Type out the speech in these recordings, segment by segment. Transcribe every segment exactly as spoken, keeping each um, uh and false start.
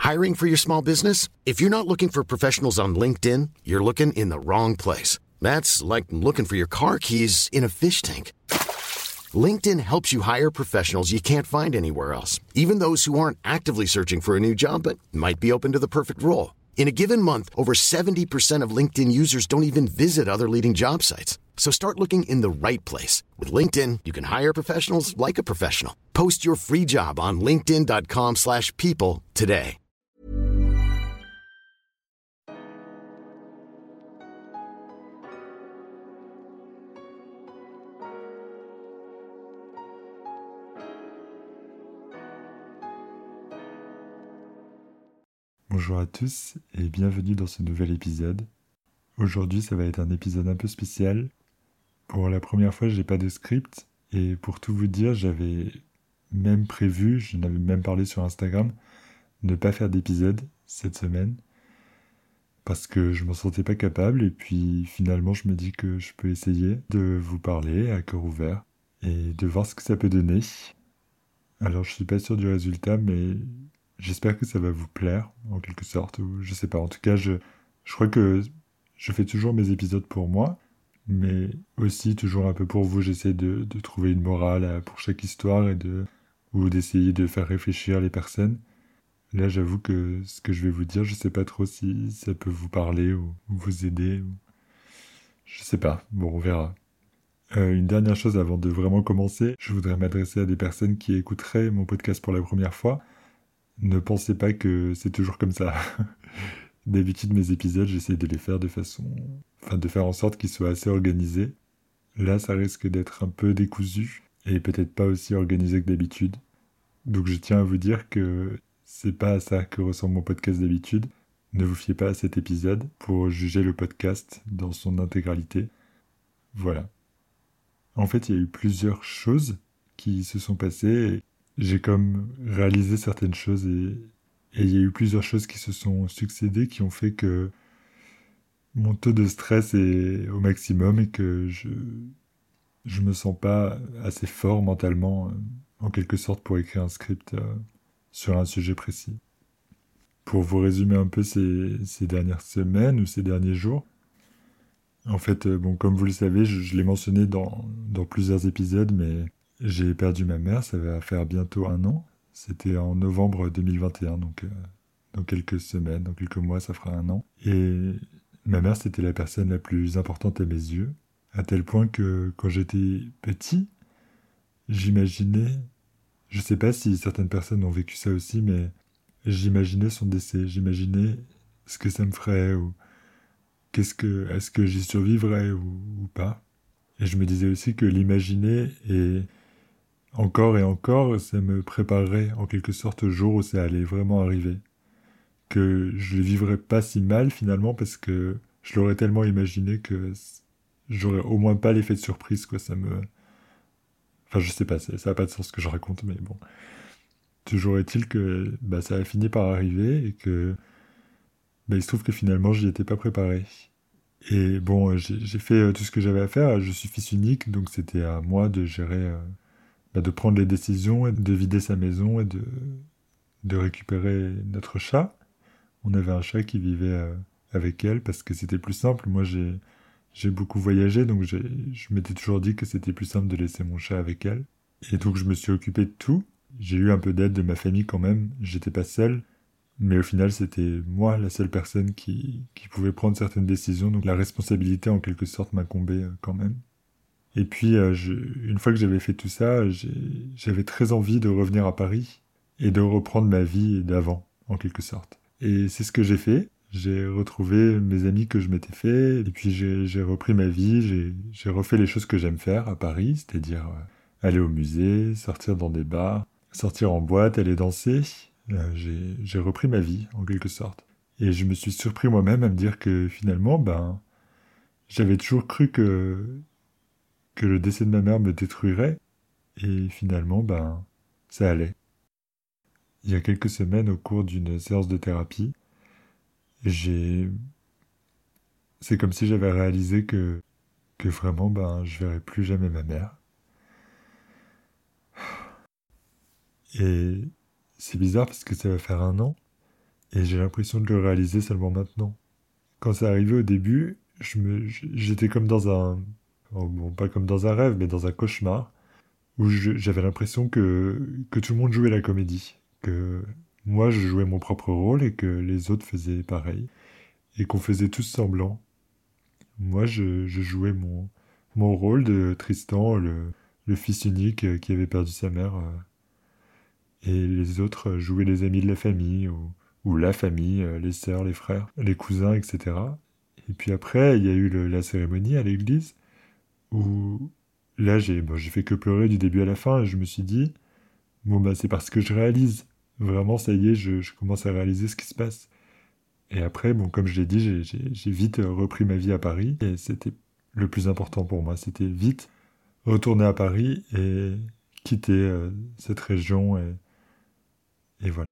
Hiring for your small business? If you're not looking for professionals on LinkedIn, you're looking in the wrong place. That's like looking for your car keys in a fish tank. LinkedIn helps you hire professionals you can't find anywhere else, even those who aren't actively searching for a new job but might be open to the perfect role. In a given month, over seventy percent of LinkedIn users don't even visit other leading job sites. So start looking in the right place. With LinkedIn, you can hire professionals like a professional. Post your free job on linkedin.com slash people today. Bonjour à tous et bienvenue dans ce nouvel épisode. Aujourd'hui, ça va être un épisode un peu spécial. Pour la première fois, j'ai pas de script et pour tout vous dire, j'avais même prévu, j'en avais même parlé sur Instagram, ne pas faire d'épisode cette semaine parce que je m'en sentais pas capable et puis finalement, je me dis que je peux essayer de vous parler à cœur ouvert et de voir ce que ça peut donner. Alors, je suis pas sûr du résultat, mais j'espère que ça va vous plaire, en quelque sorte, ou je sais pas. En tout cas, je, je crois que je fais toujours mes épisodes pour moi, mais aussi toujours un peu pour vous. J'essaie de, de trouver une morale à- pour chaque histoire et de, ou d'essayer de faire réfléchir les personnes. Là, j'avoue que ce que je vais vous dire, je sais pas trop si ça peut vous parler ou, ou vous aider. Ou... Je sais pas. Bon, on verra. Euh, une dernière chose avant de vraiment commencer, je voudrais m'adresser à des personnes qui écouteraient mon podcast pour la première fois. Ne pensez pas que c'est toujours comme ça. D'habitude, mes épisodes, j'essaie de les faire de façon... Enfin, de faire en sorte qu'ils soient assez organisés. Là, ça risque d'être un peu décousu, et peut-être pas aussi organisé que d'habitude. Donc je tiens à vous dire que c'est pas à ça que ressemble mon podcast d'habitude. Ne vous fiez pas à cet épisode pour juger le podcast dans son intégralité. Voilà. En fait, il y a eu plusieurs choses qui se sont passées, et j'ai comme réalisé certaines choses et, et il y a eu plusieurs choses qui se sont succédées qui ont fait que mon taux de stress est au maximum et que je je me sens pas assez fort mentalement, euh, en quelque sorte, pour écrire un script euh, sur un sujet précis. Pour vous résumer un peu ces, ces dernières semaines ou ces derniers jours, en fait, euh, bon, comme vous le savez, je, je l'ai mentionné dans, dans plusieurs épisodes, mais j'ai perdu ma mère, ça va faire bientôt un an. C'était en novembre deux mille vingt et un, donc euh, dans quelques semaines, dans quelques mois, ça fera un an. Et ma mère, c'était la personne la plus importante à mes yeux, à tel point que quand j'étais petit, j'imaginais, je sais pas si certaines personnes ont vécu ça aussi, mais j'imaginais son décès, j'imaginais ce que ça me ferait, ou qu'est-ce que, est-ce que j'y survivrais ou, ou pas. Et je me disais aussi que l'imaginer et encore et encore, ça me préparerait en quelque sorte au jour où ça allait vraiment arriver. Que je le vivrais pas si mal finalement parce que je l'aurais tellement imaginé que j'aurais au moins pas l'effet de surprise, quoi. Ça me... Enfin, je sais pas, ça n'a pas de sens ce que je raconte, mais bon. Toujours est-il que bah, ça a fini par arriver et que bah, il se trouve que finalement, j'y étais pas préparé. Et bon, j'ai, j'ai fait euh, tout ce que j'avais à faire. Je suis fils unique, donc c'était à moi de gérer, euh, bah, de prendre les décisions et de vider sa maison et de, de récupérer notre chat. On avait un chat qui vivait euh, avec elle parce que c'était plus simple. Moi, j'ai, j'ai beaucoup voyagé, donc j'ai, je m'étais toujours dit que c'était plus simple de laisser mon chat avec elle. Et donc, je me suis occupé de tout. J'ai eu un peu d'aide de ma famille quand même. J'étais pas seul. Mais au final, c'était moi la seule personne qui, qui pouvait prendre certaines décisions. Donc, la responsabilité, en quelque sorte, m'incombait euh, quand même. Et puis, euh, je, une fois que j'avais fait tout ça, j'ai, j'avais très envie de revenir à Paris et de reprendre ma vie d'avant, en quelque sorte. Et c'est ce que j'ai fait. J'ai retrouvé mes amis que je m'étais fait, et puis j'ai, j'ai repris ma vie, j'ai, j'ai refait les choses que j'aime faire à Paris, c'est-à-dire euh, aller au musée, sortir dans des bars, sortir en boîte, aller danser. Euh, j'ai, j'ai repris ma vie, en quelque sorte. Et je me suis surpris moi-même à me dire que finalement, ben, j'avais toujours cru que, que le décès de ma mère me détruirait, et finalement, ben, ça allait. Il y a quelques semaines, au cours d'une séance de thérapie, j'ai... c'est comme si j'avais réalisé que, que vraiment, ben, je verrais plus jamais ma mère. Et c'est bizarre parce que ça va faire un an, Et j'ai l'impression de le réaliser seulement maintenant. Quand c'est arrivé au début, je me, j'étais comme dans un... Bon, pas comme dans un rêve, mais dans un cauchemar, où je, j'avais l'impression que, que tout le monde jouait la comédie. Que moi, je jouais mon propre rôle et que les autres faisaient pareil. Et qu'on faisait tous semblant. Moi, je, je jouais mon, mon rôle de Tristan, le, le fils unique qui avait perdu sa mère. Et les autres jouaient les amis de la famille, ou, ou la famille, les sœurs, les frères, les cousins, et cetera. Et puis après, il y a eu le, la cérémonie à l'église, où là, j'ai, bon, j'ai fait que pleurer du début à la fin, et je me suis dit, bon, bah, c'est parce que je réalise. Vraiment, ça y est, je, je commence à réaliser ce qui se passe. Et après, bon, comme je l'ai dit, j'ai, j'ai, j'ai vite repris ma vie à Paris, et c'était le plus important pour moi. C'était vite retourner à Paris et quitter euh, cette région, et, et voilà.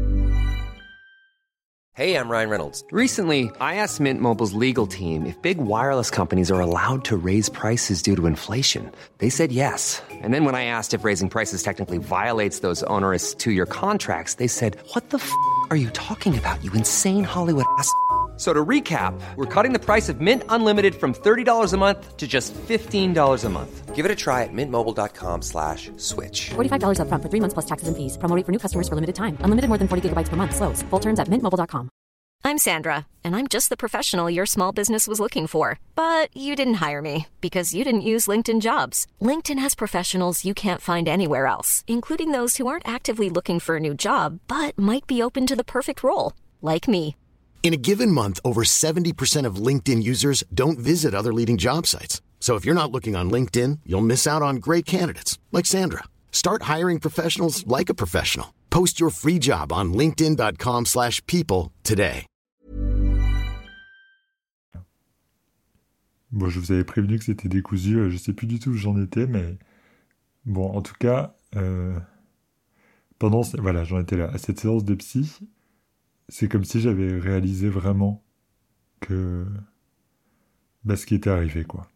Hey, I'm Ryan Reynolds. Recently, I asked Mint Mobile's legal team if big wireless companies are allowed to raise prices due to inflation. They said yes. And then when I asked if raising prices technically violates those onerous two-year contracts, they said, what the f*** are you talking about, you insane Hollywood ass f- So to recap, we're cutting the price of Mint Unlimited from thirty dollars a month to just fifteen dollars a month. Give it a try at mintmobile.com slash switch. forty-five dollars up front for three months plus taxes and fees. Promo rate for new customers for limited time. Unlimited more than forty gigabytes per month. Slows full terms at mint mobile dot com. I'm Sandra, and I'm just the professional your small business was looking for. But you didn't hire me because you didn't use LinkedIn Jobs. LinkedIn has professionals you can't find anywhere else, including those who aren't actively looking for a new job, but might be open to the perfect role, like me. In a given month, over seventy percent of LinkedIn users don't visit other leading job sites. So if you're not looking on LinkedIn, you'll miss out on great candidates like Sandra. Start hiring professionals like a professional. Post your free job on linkedin.com slash people today. Bon, je vous avais prévenu que c'était décousu, je sais plus du tout où j'en étais, mais bon, en tout cas, euh, pendant, voilà, j'en étais là, à cette séance de psy, c'est comme si j'avais réalisé vraiment que, bah, ce qui était arrivé, quoi.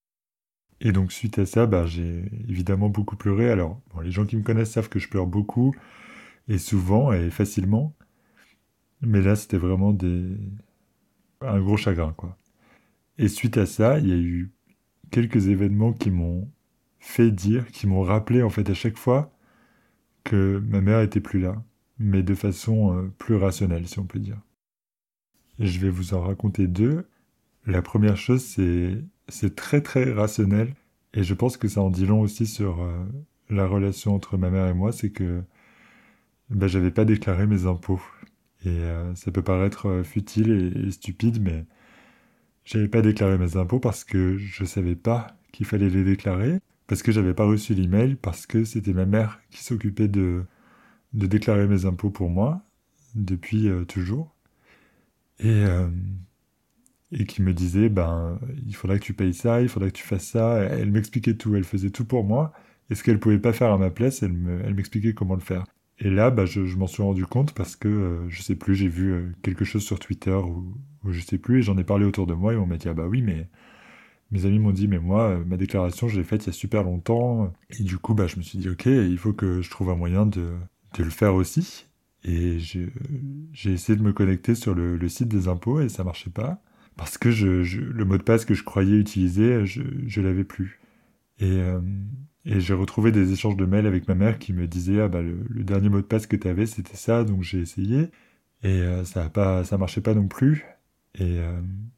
Et donc, suite à ça, bah, j'ai évidemment beaucoup pleuré. Alors, bon, les gens qui me connaissent savent que je pleure beaucoup, et souvent, et facilement, mais là, c'était vraiment des... un gros chagrin, quoi. Et suite à ça, il y a eu quelques événements qui m'ont fait dire, qui m'ont rappelé en fait à chaque fois que ma mère était plus là, mais de façon euh, plus rationnelle, si on peut dire. Et je vais vous en raconter deux. La première chose, c'est, c'est très très rationnel, et je pense que ça en dit long aussi sur euh, la relation entre ma mère et moi, c'est que bah, j'avais pas déclaré mes impôts. Et euh, ça peut paraître euh, futile et, et stupide, mais j'avais pas déclaré mes impôts parce que je savais pas qu'il fallait les déclarer, parce que j'avais pas reçu l'email, parce que c'était ma mère qui s'occupait de, de déclarer mes impôts pour moi, depuis euh, toujours, et, euh, et qui me disait, ben, il faudra que tu payes ça, il faudra que tu fasses ça. Elle m'expliquait tout, elle faisait tout pour moi, et ce qu'elle pouvait pas faire à ma place, elle, me, elle m'expliquait comment le faire. Et là, bah, je, je m'en suis rendu compte parce que, euh, je sais plus, j'ai vu euh, quelque chose sur Twitter ou, ou je sais plus, et j'en ai parlé autour de moi, et on m'a dit, ah bah oui, mais mes amis m'ont dit, mais moi, euh, ma déclaration, je l'ai faite il y a super longtemps, et du coup, bah, je me suis dit, ok, il faut que je trouve un moyen de, de le faire aussi, et j'ai, j'ai essayé de me connecter sur le, le site des impôts, et ça marchait pas, parce que je, je, le mot de passe que je croyais utiliser, je, je l'avais plus. Et... Euh, Et j'ai retrouvé des échanges de mails avec ma mère qui me disait « Ah bah le, le dernier mot de passe que tu avais, c'était ça, donc j'ai essayé. » Et euh, ça a pas, ça marchait pas non plus. Et, euh,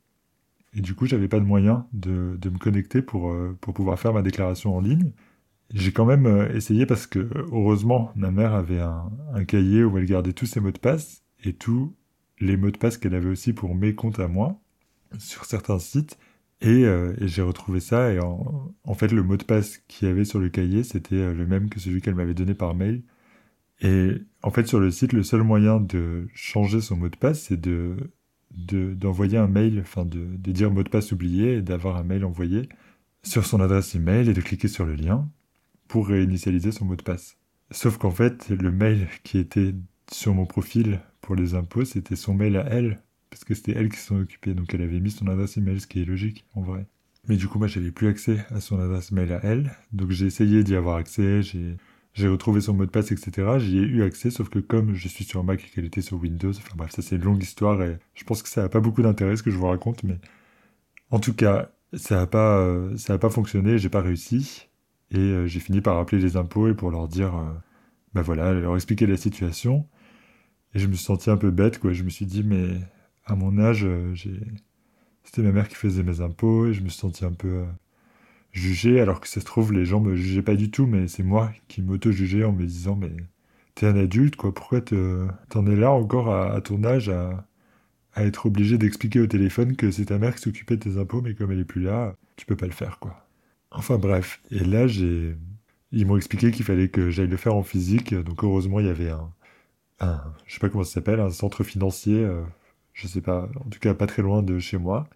et du coup, j'avais pas de moyen de, de me connecter pour, euh, pour pouvoir faire ma déclaration en ligne. J'ai quand même euh, essayé parce que, heureusement, ma mère avait un, un cahier où elle gardait tous ses mots de passe et tous les mots de passe qu'elle avait aussi pour mes comptes à moi sur certains sites. Et, euh, et j'ai retrouvé ça, et en, en fait, le mot de passe qu'il y avait sur le cahier, c'était euh, le même que celui qu'elle m'avait donné par mail. Et en fait, sur le site, le seul moyen de changer son mot de passe, c'est de, de, d'envoyer un mail, enfin de, de dire mot de passe oublié, et d'avoir un mail envoyé sur son adresse email, et de cliquer sur le lien pour réinitialiser son mot de passe. Sauf qu'en fait, le mail qui était sur mon profil pour les impôts, c'était son mail à elle, parce que c'était elle qui s'en occupait, donc elle avait mis son adresse email, ce qui est logique, en vrai. Mais du coup, moi, j'avais plus accès à son adresse mail à elle, donc j'ai essayé d'y avoir accès, j'ai, J'ai retrouvé son mot de passe, et cetera. J'y ai eu accès, sauf que comme je suis sur Mac et qu'elle était sur Windows, enfin bref, ça c'est une longue histoire et je pense que ça n'a pas beaucoup d'intérêt ce que je vous raconte, mais en tout cas, ça n'a pas, euh, ça a pas fonctionné, j'ai pas réussi et euh, j'ai fini par appeler les impôts et pour leur dire, euh, bah voilà, leur expliquer la situation et je me suis senti un peu bête, quoi. Je me suis dit, mais à mon âge, euh, j'ai... c'était ma mère qui faisait mes impôts et je me suis senti un peu euh, jugé, alors que ça se trouve, les gens me jugeaient pas du tout, mais c'est moi qui m'auto-jugeais en me disant, mais t'es un adulte, quoi, pourquoi te... t'en es là encore à, à ton âge à, à être obligé d'expliquer au téléphone que c'est ta mère qui s'occupait de tes impôts, mais comme elle est plus là, tu peux pas le faire, quoi. Enfin bref, et là, j'ai... Ils m'ont expliqué qu'il fallait que j'aille le faire en physique, donc heureusement, il y avait un... un je sais pas comment ça s'appelle, un centre financier, euh, je sais pas, en tout cas pas très loin de chez moi.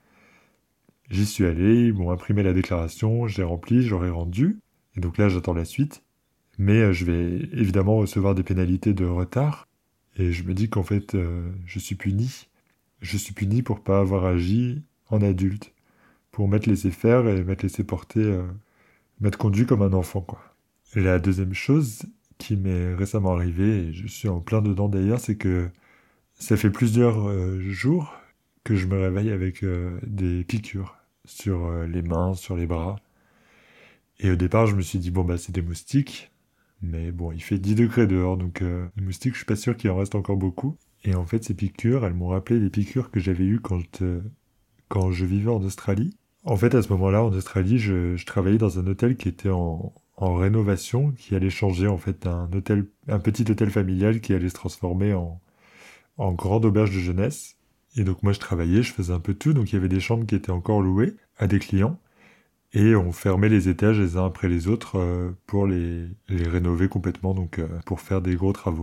J'y suis allé, ils m'ont imprimé la déclaration, je l'ai remplie, je l'aurai rendue, et donc là j'attends la suite. Mais euh, je vais évidemment recevoir des pénalités de retard, et je me dis qu'en fait euh, je suis puni. Je suis puni pour pas avoir agi en adulte, pour m'être laissé faire et m'être laissé porter, euh, m'être conduit comme un enfant, quoi. Et la deuxième chose qui m'est récemment arrivée, et je suis en plein dedans d'ailleurs, c'est que ça fait plusieurs euh, jours que je me réveille avec euh, des piqûres sur euh, les mains, sur les bras. Et au départ, je me suis dit, bon, bah, c'est des moustiques. Mais bon, il fait dix degrés dehors, donc euh, les moustiques, je suis pas sûr qu'il en reste encore beaucoup. Et en fait, ces piqûres, elles m'ont rappelé les piqûres que j'avais eues quand, euh, quand je vivais en Australie. En fait, à ce moment-là, en Australie, je, je travaillais dans un hôtel qui était en, en rénovation, qui allait changer, en fait, un hôtel, un petit hôtel familial qui allait se transformer en, en grande auberge de jeunesse. Et donc moi je travaillais, je faisais un peu tout, donc il y avait des chambres qui étaient encore louées à des clients, et on fermait les étages les uns après les autres euh, pour les, les rénover complètement, donc euh, pour faire des gros travaux.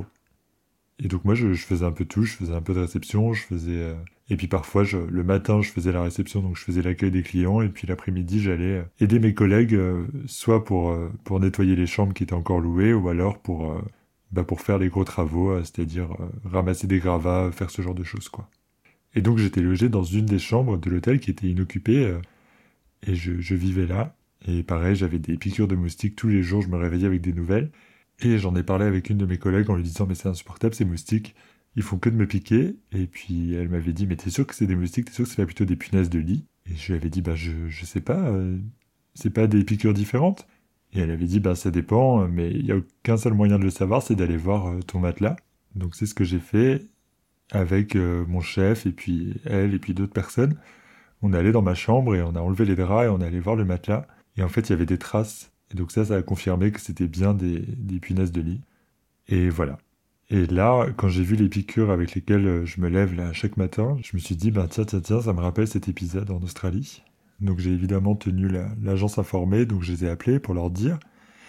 Et donc moi je, je faisais un peu tout, je faisais un peu de réception, je faisais... Euh... Et puis parfois, je, le matin je faisais la réception, donc je faisais l'accueil des clients, et puis l'après-midi j'allais aider mes collègues, euh, soit pour, euh, pour nettoyer les chambres qui étaient encore louées, ou alors pour, euh, bah, pour faire les gros travaux, euh, c'est-à-dire euh, ramasser des gravats, faire ce genre de choses, quoi. Et donc j'étais logé dans une des chambres de l'hôtel qui était inoccupée, euh, et je, je vivais là. Et pareil, j'avais des piqûres de moustiques tous les jours, je me réveillais avec des nouvelles. Et j'en ai parlé avec une de mes collègues en lui disant « Mais c'est insupportable ces moustiques, ils font que de me piquer. » Et puis elle m'avait dit « Mais t'es sûr que c'est des moustiques, t'es sûr que c'est pas plutôt des punaises de lit ?» Et je lui avais dit « Bah je, je sais pas, euh, c'est pas des piqûres différentes ?» Et elle avait dit « Bah ça dépend, mais il y a aucun seul moyen de le savoir, c'est d'aller voir euh, ton matelas. » Donc c'est ce que j'ai fait avec euh, mon chef et puis elle et puis d'autres personnes. On est allé dans ma chambre et on a enlevé les draps et on est allé voir le matelas. Et en fait, il y avait des traces. Et donc ça, ça a confirmé que c'était bien des, des punaises de lit. Et voilà. Et là, quand j'ai vu les piqûres avec lesquelles je me lève là chaque matin, je me suis dit, ben tiens, tiens, tiens, ça me rappelle cet épisode en Australie. Donc j'ai évidemment tenu la, l'agence informée, donc je les ai appelés pour leur dire.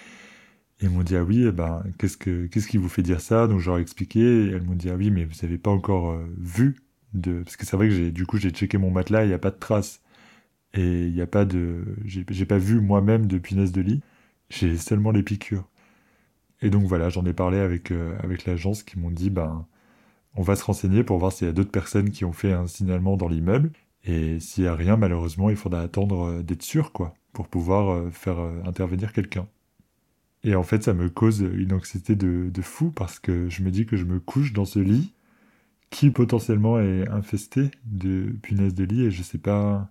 Et ils m'ont dit, ah oui, eh ben, qu'est-ce, que, qu'est-ce qui vous fait dire ça? Donc je leur ai expliqué, et elles m'ont dit, ah oui, mais vous n'avez pas encore euh, vu de... Parce que c'est vrai que j'ai, du coup, j'ai checké mon matelas, il n'y a pas de traces. Et il n'y a pas de... J'ai, j'ai pas vu moi-même de punaise de lit, j'ai seulement les piqûres. Et donc voilà, j'en ai parlé avec, euh, avec l'agence qui m'ont dit, ben, on va se renseigner pour voir s'il y a d'autres personnes qui ont fait un signalement dans l'immeuble. Et s'il n'y a rien, malheureusement, il faudra attendre euh, d'être sûr, quoi, pour pouvoir euh, faire euh, intervenir quelqu'un. Et en fait, ça me cause une anxiété de, de fou parce que je me dis que je me couche dans ce lit qui potentiellement est infesté de punaises de lit et je sais pas,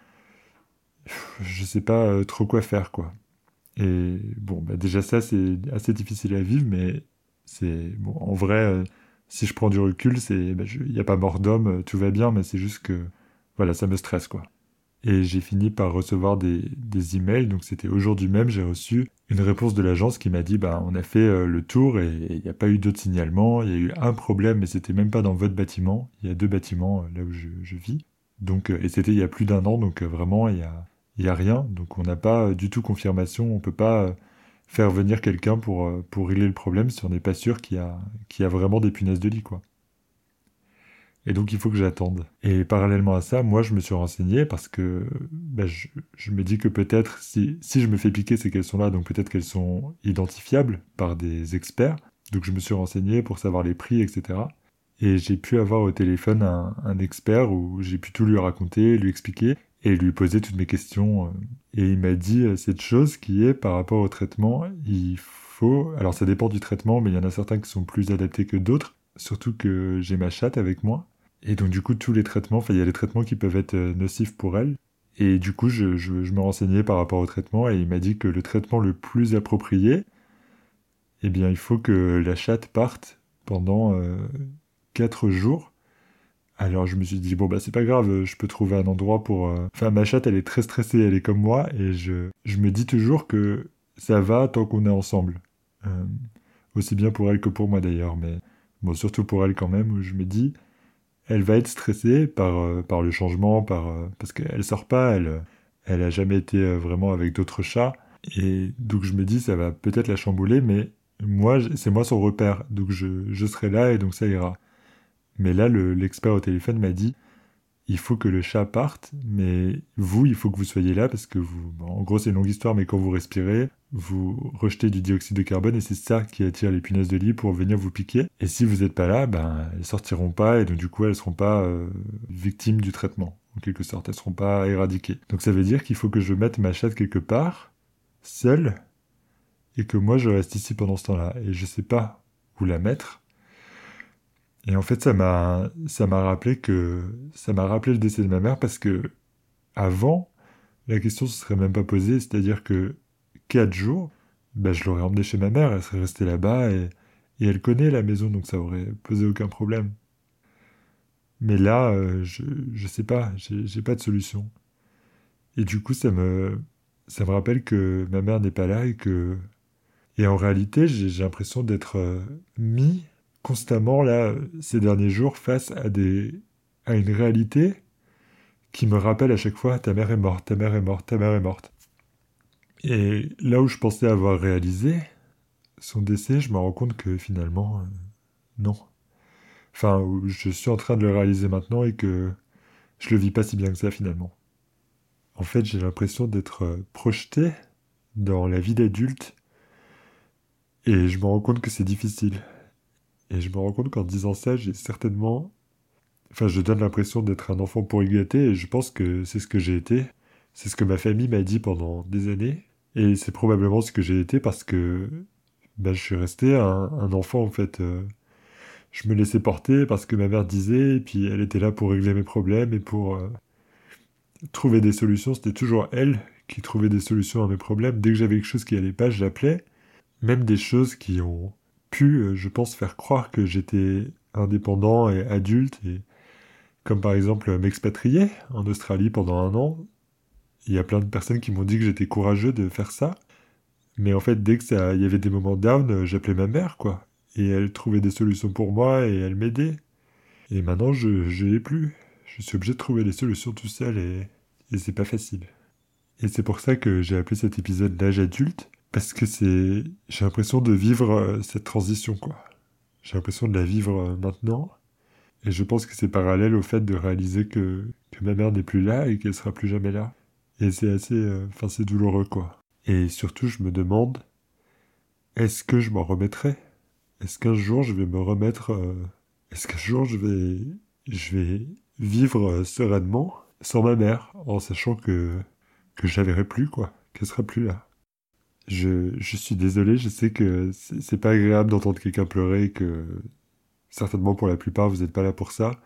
je sais pas euh, trop quoi faire, quoi. Et bon, bah déjà ça, c'est assez difficile à vivre, mais c'est bon. En vrai, euh, si je prends du recul, c'est, bah, il y a pas mort d'homme, euh, tout va bien, mais c'est juste que, voilà, ça me stresse, quoi. Et j'ai fini par recevoir des, des emails, donc c'était aujourd'hui même, j'ai reçu une réponse de l'agence qui m'a dit, bah, on a fait euh, le tour et il n'y a pas eu d'autres signalements, il y a eu un problème, mais c'était même pas dans votre bâtiment, il y a deux bâtiments euh, là où je, je vis, donc, euh, et c'était il y a plus d'un an, donc euh, vraiment, il y a, il y a rien, donc on n'a pas euh, du tout confirmation, on peut pas euh, faire venir quelqu'un pour, euh, pour régler le problème si on n'est pas sûr qu'il y a, qu'il y a vraiment des punaises de lit, quoi. Et donc il faut que j'attende. Et parallèlement à ça, moi je me suis renseigné parce que bah, je, je me dis que peut-être si, si je me fais piquer, c'est qu'elles sont là, donc peut-être qu'elles sont identifiables par des experts. Donc je me suis renseigné pour savoir les prix, et cetera. Et j'ai pu avoir au téléphone un, un expert où j'ai pu tout lui raconter, lui expliquer et lui poser toutes mes questions. Et il m'a dit cette chose qui est par rapport au traitement, il faut. Alors ça dépend du traitement, mais il y en a certains qui sont plus adaptés que d'autres, surtout que j'ai ma chatte avec moi. Et donc du coup, tous les traitements, enfin il y a des traitements qui peuvent être nocifs pour elle. Et du coup, je, je, je me renseignais par rapport au traitement et il m'a dit que le traitement le plus approprié, eh bien il faut que la chatte parte pendant euh, quatre jours. Alors je me suis dit, bon bah c'est pas grave, je peux trouver un endroit pour... Euh... Enfin ma chatte elle est très stressée, elle est comme moi, et je, je me dis toujours que ça va tant qu'on est ensemble. Euh, aussi bien pour elle que pour moi d'ailleurs, mais bon surtout pour elle quand même, où je me dis, elle va être stressée par, euh, par le changement, par, euh, parce qu'elle sort pas, elle, elle a jamais été euh, vraiment avec d'autres chats, et donc je me dis ça va peut-être la chambouler, mais moi c'est moi son repère, donc je, je serai là et donc ça ira. Mais là, le, l'expert au téléphone m'a dit « Il faut que le chat parte, mais vous, il faut que vous soyez là parce que vous... Bon, en gros, c'est une longue histoire, mais quand vous respirez, vous rejetez du dioxyde de carbone et c'est ça qui attire les punaises de lit pour venir vous piquer. Et si vous n'êtes pas là, ben, elles sortiront pas et donc du coup, elles seront pas euh, victimes du traitement. En quelque sorte, elles seront pas éradiquées. Donc ça veut dire qu'il faut que je mette ma chatte quelque part, seule, et que moi, je reste ici pendant ce temps-là. Et je sais pas où la mettre. Et en fait, ça m'a, ça m'a rappelé que, ça m'a rappelé le décès de ma mère parce que, avant, la question se serait même pas posée, c'est-à-dire que, quatre jours, bah, je l'aurais emmenée chez ma mère, elle serait restée là-bas et, et elle connaît la maison, donc ça aurait posé aucun problème. Mais là, euh, je, je sais pas, j'ai, j'ai pas de solution. Et du coup, ça me, ça me rappelle que ma mère n'est pas là et que, et en réalité, j'ai, j'ai l'impression d'être euh, mis constamment là ces derniers jours face à des à une réalité qui me rappelle à chaque fois ta mère est morte, ta mère est morte, ta mère est morte. Et là où je pensais avoir réalisé son décès, je me rends compte que finalement euh, non. Enfin, je suis en train de le réaliser maintenant et que je le vis pas si bien que ça finalement. En fait, j'ai l'impression d'être euh, projeté dans la vie d'adulte et je me rends compte que c'est difficile. Et je me rends compte qu'en disant ça, j'ai certainement... Enfin, je donne l'impression d'être un enfant pourri gâté, et je pense que c'est ce que j'ai été. C'est ce que ma famille m'a dit pendant des années. Et c'est probablement ce que j'ai été parce que ben, je suis resté un, un enfant, en fait. Euh, je me laissais porter parce que ma mère disait, et puis elle était là pour régler mes problèmes et pour euh, trouver des solutions. C'était toujours elle qui trouvait des solutions à mes problèmes. Dès que j'avais quelque chose qui allait pas, je l'appelais. Même des choses qui ont pu, je pense, faire croire que j'étais indépendant et adulte, et comme par exemple m'expatrier en Australie pendant un an. Il y a plein de personnes qui m'ont dit que j'étais courageux de faire ça, mais en fait, dès que ça, il y avait des moments down, j'appelais ma mère, quoi, et elle trouvait des solutions pour moi, et elle m'aidait. Et maintenant, je ne l'ai plus. Je suis obligé de trouver les solutions tout seul, et, et c'est pas facile. Et c'est pour ça que j'ai appelé cet épisode l'âge adulte, parce que c'est, j'ai l'impression de vivre euh, cette transition, quoi. J'ai l'impression de la vivre euh, maintenant, et je pense que c'est parallèle au fait de réaliser que, que ma mère n'est plus là et qu'elle sera plus jamais là. Et c'est assez, euh, enfin c'est douloureux, quoi. Et surtout, je me demande, est-ce que je m'en remettrai ? Est-ce qu'un jour je vais me remettre, euh, est-ce qu'un jour je vais, je vais vivre euh, sereinement sans ma mère, en sachant que que je la verrai plus, quoi, qu'elle sera plus là. Je, je suis désolé, je sais que c'est, c'est pas agréable d'entendre quelqu'un pleurer et que certainement pour la plupart vous n'êtes pas là pour ça.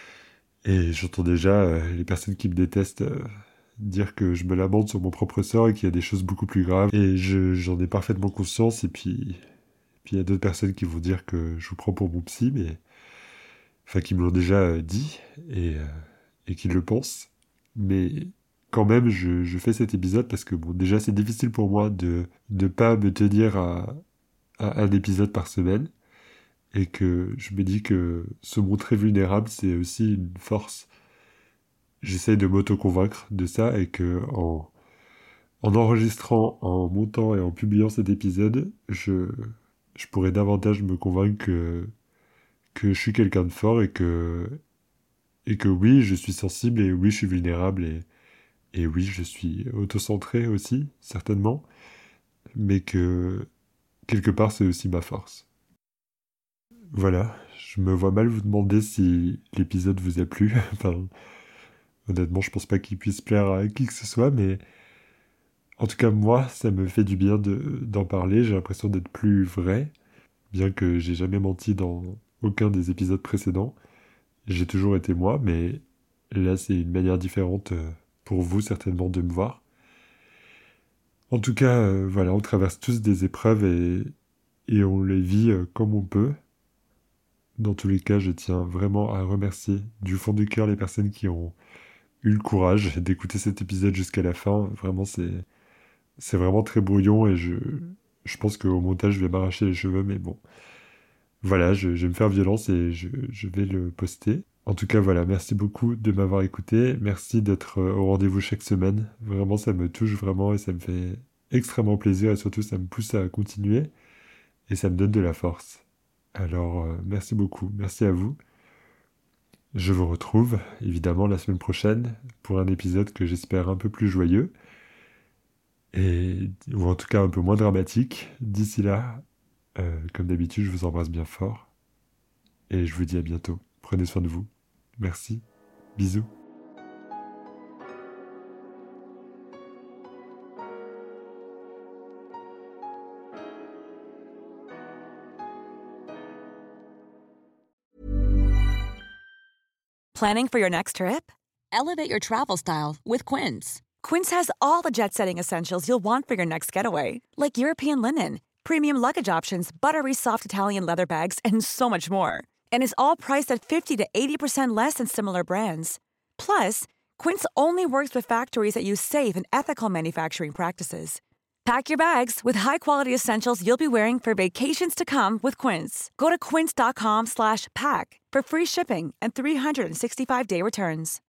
Et j'entends déjà euh, les personnes qui me détestent euh, dire que je me lamente sur mon propre sort et qu'il y a des choses beaucoup plus graves. Et je, j'en ai parfaitement conscience. Et puis, puis il y a d'autres personnes qui vont dire que je vous prends pour mon psy, mais enfin qui me l'ont déjà euh, dit et, euh, et qui le pensent. Mais quand même, je, je fais cet épisode parce que bon, déjà c'est difficile pour moi de ne pas me tenir à, à un épisode par semaine. Et que je me dis que se montrer vulnérable, c'est aussi une force. J'essaye de m'auto-convaincre de ça et que en, en enregistrant, en montant et en publiant cet épisode, je, je pourrais davantage me convaincre que, que je suis quelqu'un de fort et que, et que oui, je suis sensible et oui, je suis vulnérable et, et oui, je suis auto-centré aussi, certainement, mais que quelque part, c'est aussi ma force. Voilà, je me vois mal vous demander si l'épisode vous a plu. Enfin, honnêtement, je pense pas qu'il puisse plaire à qui que ce soit, mais En tout cas, moi, ça me fait du bien de, d'en parler. J'ai l'impression d'être plus vrai, bien que j'ai jamais menti dans aucun des épisodes précédents. J'ai toujours été moi, mais là, c'est une manière différente euh, pour vous, certainement, de me voir. En tout cas, euh, voilà, on traverse tous des épreuves et, et on les vit euh, comme on peut. Dans tous les cas, je tiens vraiment à remercier du fond du cœur les personnes qui ont eu le courage d'écouter cet épisode jusqu'à la fin. Vraiment, c'est, c'est vraiment très brouillon et je, je pense qu'au montage, je vais m'arracher les cheveux, mais bon. Voilà, je, je vais me faire violence et je, je vais le poster. En tout cas, voilà, merci beaucoup de m'avoir écouté. Merci d'être euh, au rendez-vous chaque semaine. Vraiment, ça me touche vraiment et ça me fait extrêmement plaisir et surtout, ça me pousse à continuer et ça me donne de la force. Alors, euh, merci beaucoup. Merci à vous. Je vous retrouve évidemment la semaine prochaine pour un épisode que j'espère un peu plus joyeux et ou en tout cas un peu moins dramatique. D'ici là, euh, comme d'habitude, je vous embrasse bien fort et je vous dis à bientôt. Prenez soin de vous. Merci. Bisous. Planning for your next trip? Elevate your travel style with Quince. Quince has all the jet-setting essentials you'll want for your next getaway, like European linen, premium luggage options, buttery soft Italian leather bags, and so much more. And is all priced at fifty to eighty percent less than similar brands. Plus, Quince only works with factories that use safe and ethical manufacturing practices. Pack your bags with high-quality essentials you'll be wearing for vacations to come with Quince. Go to quince.com slash pack for free shipping and three sixty-five day returns.